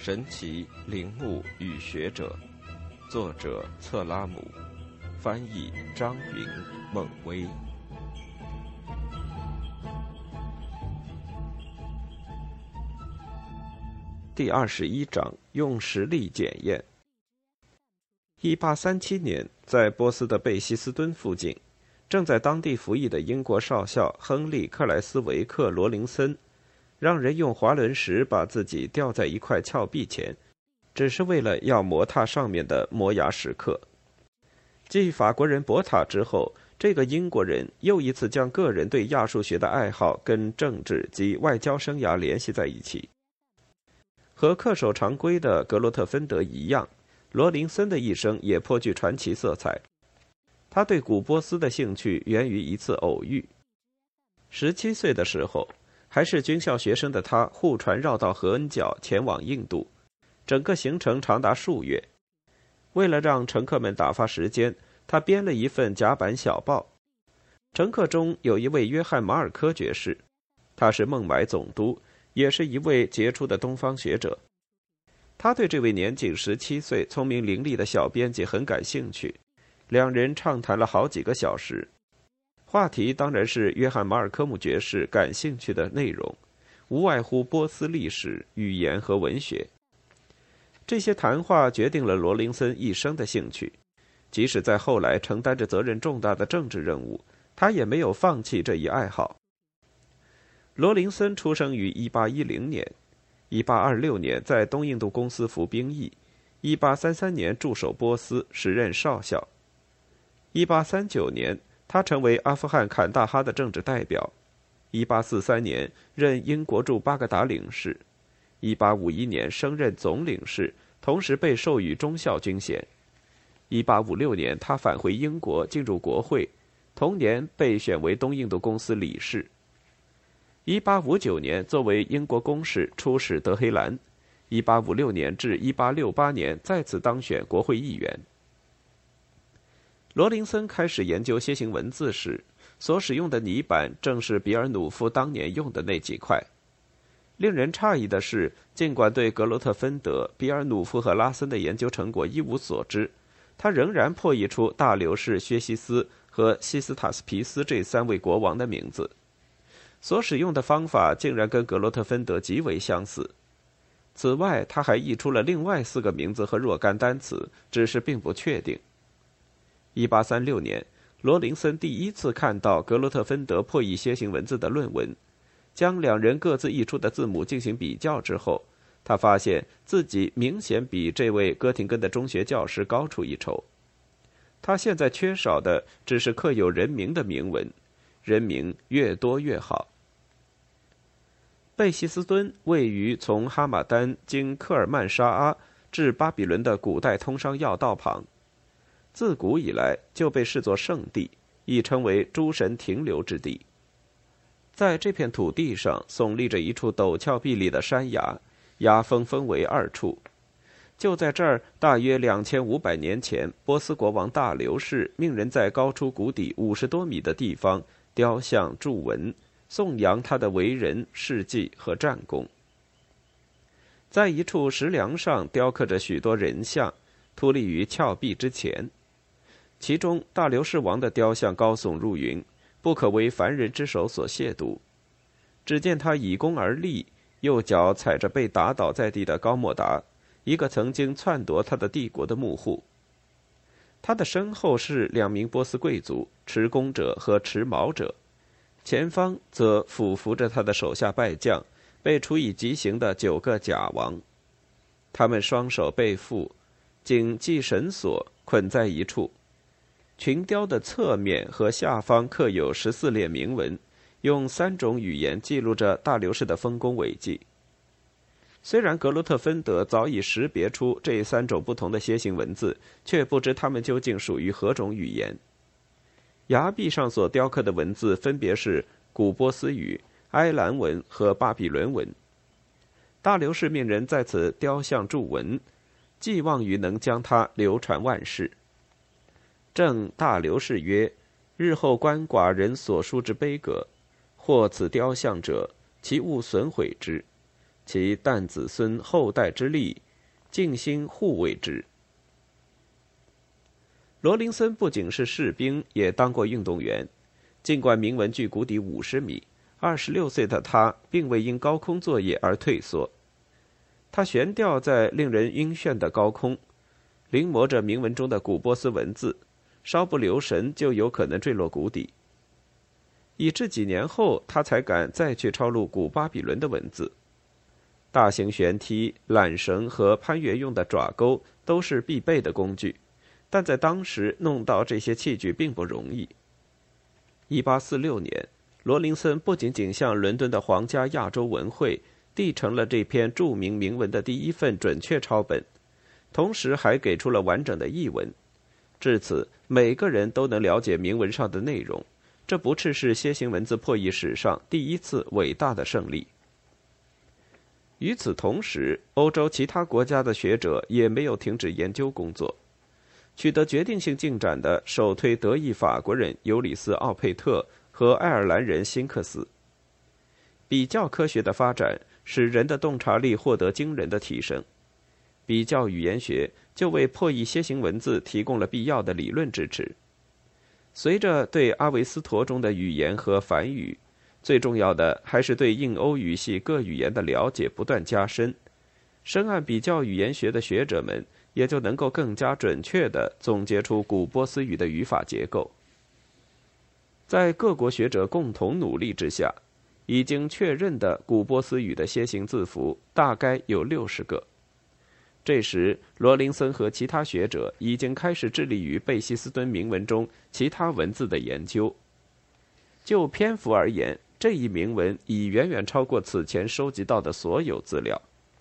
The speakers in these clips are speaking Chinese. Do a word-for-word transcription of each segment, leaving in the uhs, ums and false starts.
神奇陵墓与学者，作者策拉姆，翻译张云、孟威。第二十一章，用实力检验。一八三七年，在波斯的贝希斯敦附近，正在当地服役的英国少校亨利·克莱斯维克·罗林森，让人用滑轮石把自己吊在一块峭壁前，只是为了要摩踏上面的摩崖石刻。继法国人博塔之后，这个英国人又一次将个人对亚数学的爱好跟政治及外交生涯联系在一起。和恪守常规的格罗特芬德一样，罗林森的一生也颇具传奇色彩。他对古波斯的兴趣源于一次偶遇。十七岁的时候，还是军校学生的他护船绕道合恩角前往印度，整个行程长达数月。为了让乘客们打发时间，他编了一份甲板小报。乘客中有一位约翰·马尔科爵士，他是孟买总督，也是一位杰出的东方学者。他对这位年仅十七岁、聪明伶俐的小编辑很感兴趣，两人畅谈了好几个小时。话题当然是约翰·马尔科姆爵士感兴趣的内容，无外乎波斯历史、语言和文学。这些谈话决定了罗林森一生的兴趣，即使在后来承担着责任重大的政治任务，他也没有放弃这一爱好。罗林森出生于一八一零年，一八二六年在东印度公司服兵役，一八三三年驻守波斯，时任少校。一八三九年，他成为阿富汗坎大哈的政治代表。一八四三年，任英国驻巴格达领事。一八五一年，升任总领事，同时被授予中校军衔。一八五六年，他返回英国，进入国会，同年被选为东印度公司理事。一八五九年，作为英国公使出使德黑兰。一八五六年至一八六八年再次当选国会议员。罗林森开始研究楔形文字时，所使用的泥板正是比尔努夫当年用的那几块。令人诧异的是，尽管对格罗特芬德、比尔努夫和拉森的研究成果一无所知，他仍然破译出大流士薛西斯和西斯塔斯皮斯这三位国王的名字。所使用的方法竟然跟格罗特芬德极为相似。此外，他还译出了另外四个名字和若干单词，只是并不确定。一八三六年，罗林森第一次看到格罗特芬德破译楔形文字的论文，将两人各自译出的字母进行比较之后，他发现自己明显比这位哥廷根的中学教师高出一筹。他现在缺少的只是刻有人名的铭文，人名越多越好。贝希斯敦位于从哈马丹经科尔曼沙阿至巴比伦的古代通商要道旁，自古以来就被视作圣地，亦称为诸神停留之地。在这片土地上耸立着一处陡峭壁立的山崖，崖峰分为二处。就在这儿，大约两千五百年前，波斯国王大流士命人在高出谷底五十多米的地方雕像铸文，颂扬他的为人、事迹和战功。在一处石梁上雕刻着许多人像，矗立于峭壁之前。其中大流士王的雕像高耸入云，不可为凡人之手所亵渎。只见他倚弓而立，右脚踩着被打倒在地的高莫达，一个曾经篡夺他的帝国的幕户。他的身后是两名波斯贵族，持弓者和持矛者，前方则俯伏着他的手下败将，被处以极刑的九个甲王。他们双手被缚，颈系绳索，捆在一处。群雕的侧面和下方刻有十四列铭文，用三种语言记录着大流士的丰功伟绩。虽然格罗特芬德早已识别出这三种不同的楔形文字，却不知它们究竟属于何种语言。崖壁上所雕刻的文字分别是古波斯语、埃兰文和巴比伦文。大流士命人在此雕像铸文，寄望于能将它流传万世。正大流士曰：日后观寡人所书之碑阁，或此雕像者，其勿损毁之。 其旦子孙后代之力，尽心护卫之。罗林森不仅是士兵，也当过运动员。尽管铭文距谷底五十米，二十六岁的他并未因高空作业而退缩。他悬吊在令人晕眩的高空，临摹着铭文中的古波斯文字，稍不留神就有可能坠落谷底。以致几年后，他才敢再去抄录古巴比伦的文字。大型悬梯、缆绳和攀越用的爪钩都是必备的工具，但在当时弄到这些器具并不容易。一八四六年，罗林森不仅仅向伦敦的皇家亚洲文会递呈了这篇著名铭文的第一份准确抄本，同时还给出了完整的译文。至此，每个人都能了解铭文上的内容。这不啻是楔形文字破译史上第一次伟大的胜利。与此同时，欧洲其他国家的学者也没有停止研究工作。取得决定性进展的首推德裔法国人尤里斯·奥佩特和爱尔兰人辛克斯。比较科学的发展使人的洞察力获得惊人的提升，比较语言学就为破译楔形文字提供了必要的理论支持。随着对阿维斯陀中的语言和梵语，最重要的还是对印欧语系各语言的了解不断加深，深谙比较语言学的学者们也就能够更加准确地总结出古波斯语的语法结构。在各国学者共同努力之下，已经确认的古波斯语的楔形字符大概有六十个。这时，罗林森和其他学者已经开始致力于贝希斯敦铭文中其他文字的研究。就篇幅而言，这一铭文已远远超过此前收集到的所有资料。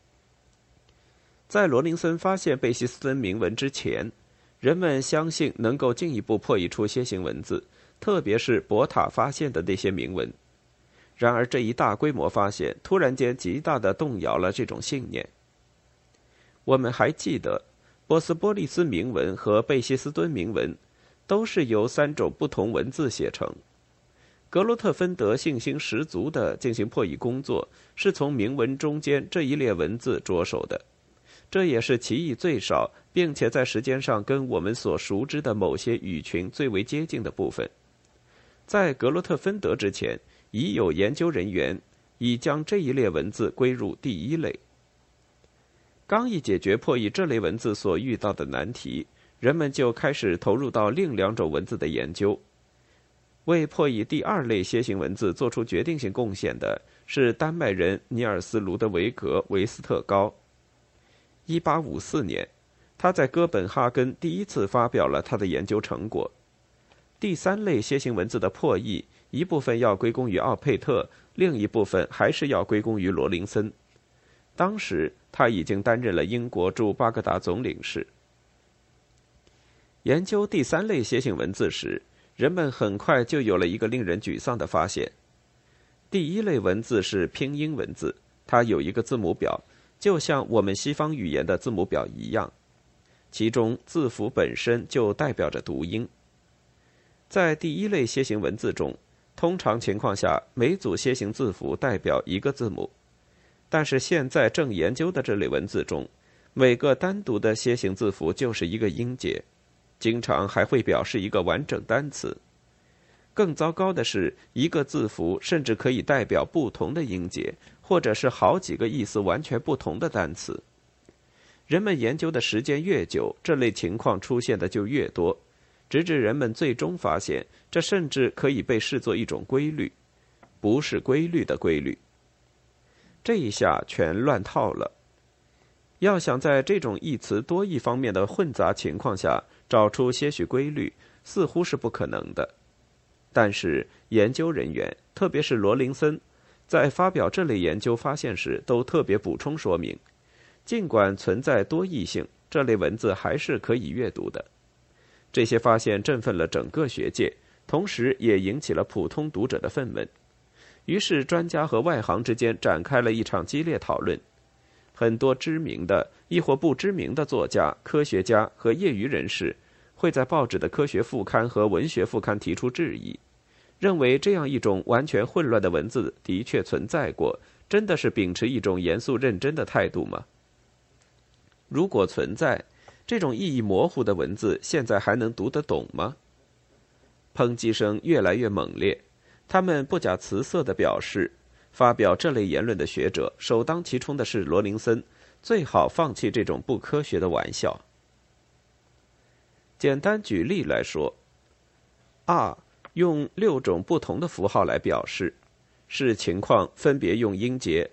在罗林森发现贝希斯敦铭文之前，人们相信能够进一步破译出楔形文字，特别是博塔发现的那些铭文。然而，这一大规模发现突然间极大地动摇了这种信念。我们还记得，波斯波利斯铭文和贝希斯敦铭文都是由三种不同文字写成。格罗特芬德信心十足地进行破译工作，是从铭文中间这一列文字着手的。这也是歧义最少，并且在时间上跟我们所熟知的某些语群最为接近的部分。在格罗特芬德之前，已有研究人员已将这一列文字归入第一类。刚一解决破译这类文字所遇到的难题，人们就开始投入到另两种文字的研究。为破译第二类楔形文字做出决定性贡献的是丹麦人尼尔斯·卢德维格·维斯特高。一八五四年，他在哥本哈根第一次发表了他的研究成果。第三类楔形文字的破译，一部分要归功于奥佩特，另一部分还是要归功于罗林森。当时他已经担任了英国驻巴格达总领事。研究第三类楔形文字时，人们很快就有了一个令人沮丧的发现。第一类文字是拼音文字，它有一个字母表，就像我们西方语言的字母表一样，其中字符本身就代表着读音。在第一类楔形文字中，通常情况下每组楔形字符代表一个字母，但是现在正研究的这类文字中，每个单独的楔形字符就是一个音节，经常还会表示一个完整单词。更糟糕的是，一个字符甚至可以代表不同的音节，或者是好几个意思完全不同的单词。人们研究的时间越久，这类情况出现的就越多，直至人们最终发现，这甚至可以被视作一种规律，不是规律的规律。这一下全乱套了。要想在这种义词多义方面的混杂情况下找出些许规律，似乎是不可能的。但是研究人员，特别是罗林森，在发表这类研究发现时，都特别补充说明，尽管存在多义性，这类文字还是可以阅读的。这些发现振奋了整个学界，同时也引起了普通读者的愤懑。于是专家和外行之间展开了一场激烈讨论。很多知名的亦或不知名的作家、科学家和业余人士会在报纸的科学副刊和文学副刊提出质疑，认为这样一种完全混乱的文字的确存在过， 真的是秉持一种严肃认真的态度吗？如果存在，这种意义模糊的文字，现在还能读得懂吗？抨击声越来越猛烈，他们不假辞色地表示，发表这类言论的学者，首当其冲的是罗林森，最好放弃这种不科学的玩笑。简单举例来说 ，R 用六种不同的符号来表示，视情况分别用音节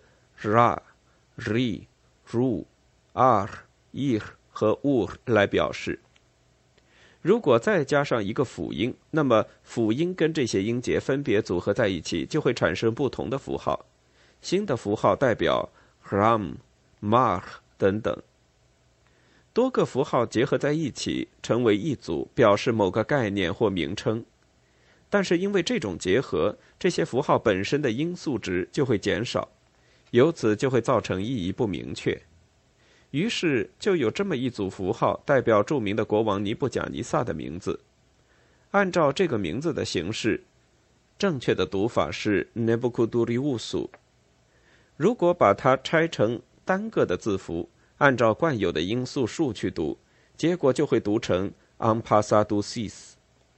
ra、ri、ru、r、ir 和 u 来表示。如果再加上一个辅音，那么辅音跟这些音节分别组合在一起，就会产生不同的符号。新的符号代表 hram、mar 等等。多个符号结合在一起，成为一组，表示某个概念或名称。但是因为这种结合，这些符号本身的音素值就会减少，由此就会造成意义不明确。于是就有这么一组符号，代表著名的国王尼布贾尼撒的名字。按照这个名字的形式，正确的读法是 Nebukuduriusu。如果把它拆成单个的字符，按照惯有的音素数去读，结果就会读成 Ampasadusis。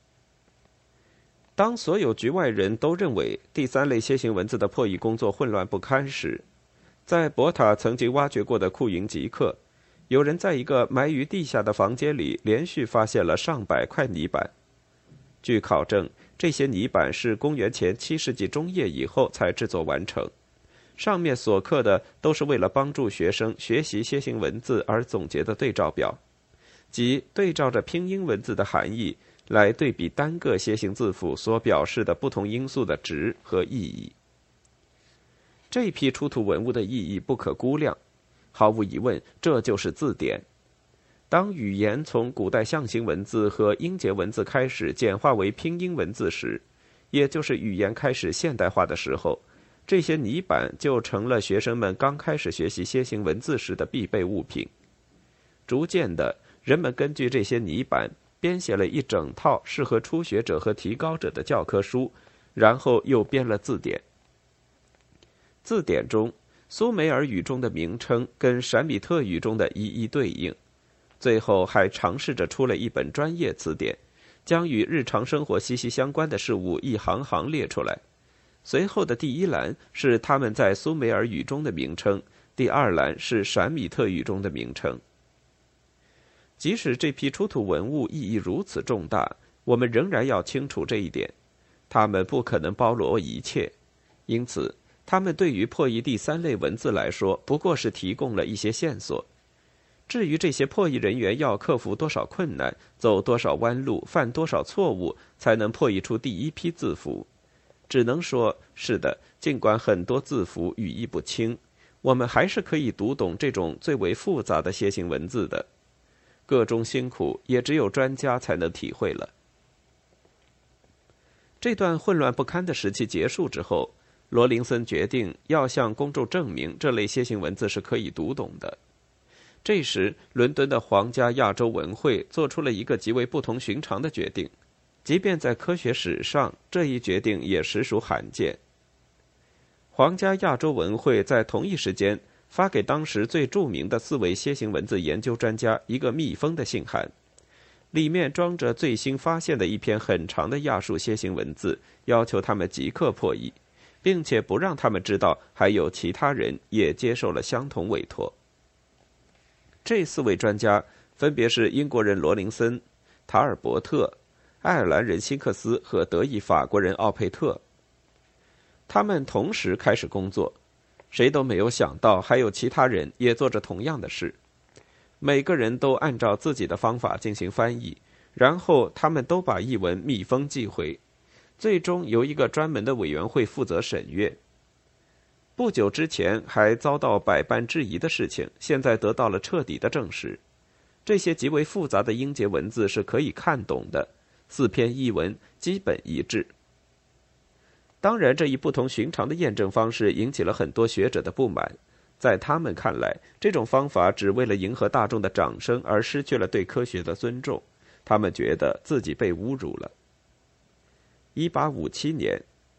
当所有局外人都认为第三类楔形文字的破译工作混乱不堪时，在博塔曾经挖掘过的库营吉克，有人在一个埋于地下的房间里连续发现了上百块泥板。据考证，这些泥板是公元前七世纪中叶以后才制作完成，上面所刻的都是为了帮助学生学习楔形文字而总结的对照表，即对照着拼音文字的含义来对比单个楔形字符所表示的不同因素的值和意义。这批出土文物的意义不可估量，毫无疑问，这就是字典。当语言从古代象形文字和音节文字开始简化为拼音文字时，也就是语言开始现代化的时候，这些泥板就成了学生们刚开始学习楔形文字时的必备物品。逐渐的，人们根据这些泥板编写了一整套适合初学者和提高者的教科书，然后又编了字典。字典中，苏美尔语中的名称跟闪米特语中的一一对应，最后还尝试着出了一本专业词典，将与日常生活息息相关的事物一行行列出来。随后的第一栏是他们在苏美尔语中的名称，第二栏是闪米特语中的名称。即使这批出土文物意义如此重大，我们仍然要清楚这一点，它们不可能包罗一切，因此它们对于破译第三类文字来说，不过是提供了一些线索。至于这些破译人员要克服多少困难，走多少弯路，犯多少错误，才能破译出第一批字符，只能说，是的，尽管很多字符语义不清，我们还是可以读懂这种最为复杂的楔形文字的。个中辛苦，也只有专家才能体会了。这段混乱不堪的时期结束之后，罗林森决定要向公众证明这类楔形文字是可以读懂的。这时，伦敦的皇家亚洲文会做出了一个极为不同寻常的决定，即便在科学史上，这一决定也实属罕见。皇家亚洲文会在同一时间发给当时最著名的四位楔形文字研究专家一个密封的信函，里面装着最新发现的一篇很长的亚述楔形文字，要求他们即刻破译，并且不让他们知道还有其他人也接受了相同委托。这四位专家分别是英国人罗林森、塔尔伯特、爱尔兰人辛克斯和德裔法国人奥佩特。他们同时开始工作，谁都没有想到还有其他人也做着同样的事。每个人都按照自己的方法进行翻译，然后他们都把译文密封寄回，最终由一个专门的委员会负责审阅。不久之前还遭到百般质疑的事情，现在得到了彻底的证实。这些极为复杂的音节文字是可以看懂的，四篇译文基本一致。当然，这一不同寻常的验证方式引起了很多学者的不满，在他们看来，这种方法只为了迎合大众的掌声而失去了对科学的尊重，他们觉得自己被侮辱了。一八五七年，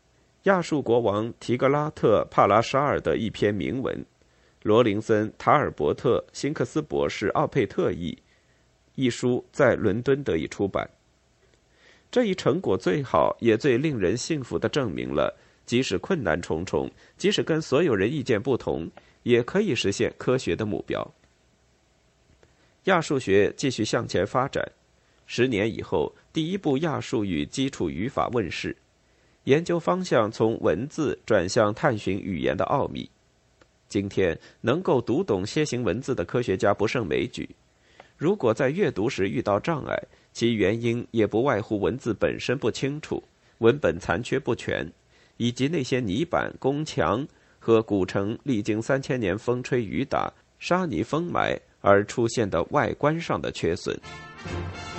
亚述国王提格拉特·帕拉沙尔的一篇铭文，罗林森·塔尔伯特·辛克斯博士奥佩特译，一书在伦敦得以出版。这一成果最好也最令人信服地证明了，即使困难重重，即使跟所有人意见不同，也可以实现科学的目标。亚述学继续向前发展，十年以后，第一部亚述语基础语法问世，研究方向从文字转向探寻语言的奥秘。今天，能够读懂楔形文字的科学家不胜枚举。如果在阅读时遇到障碍，其原因也不外乎文字本身不清楚、文本残缺不全，以及那些泥板、宫墙和古城历经三千年风吹雨打、沙泥封埋而出现的外观上的缺损。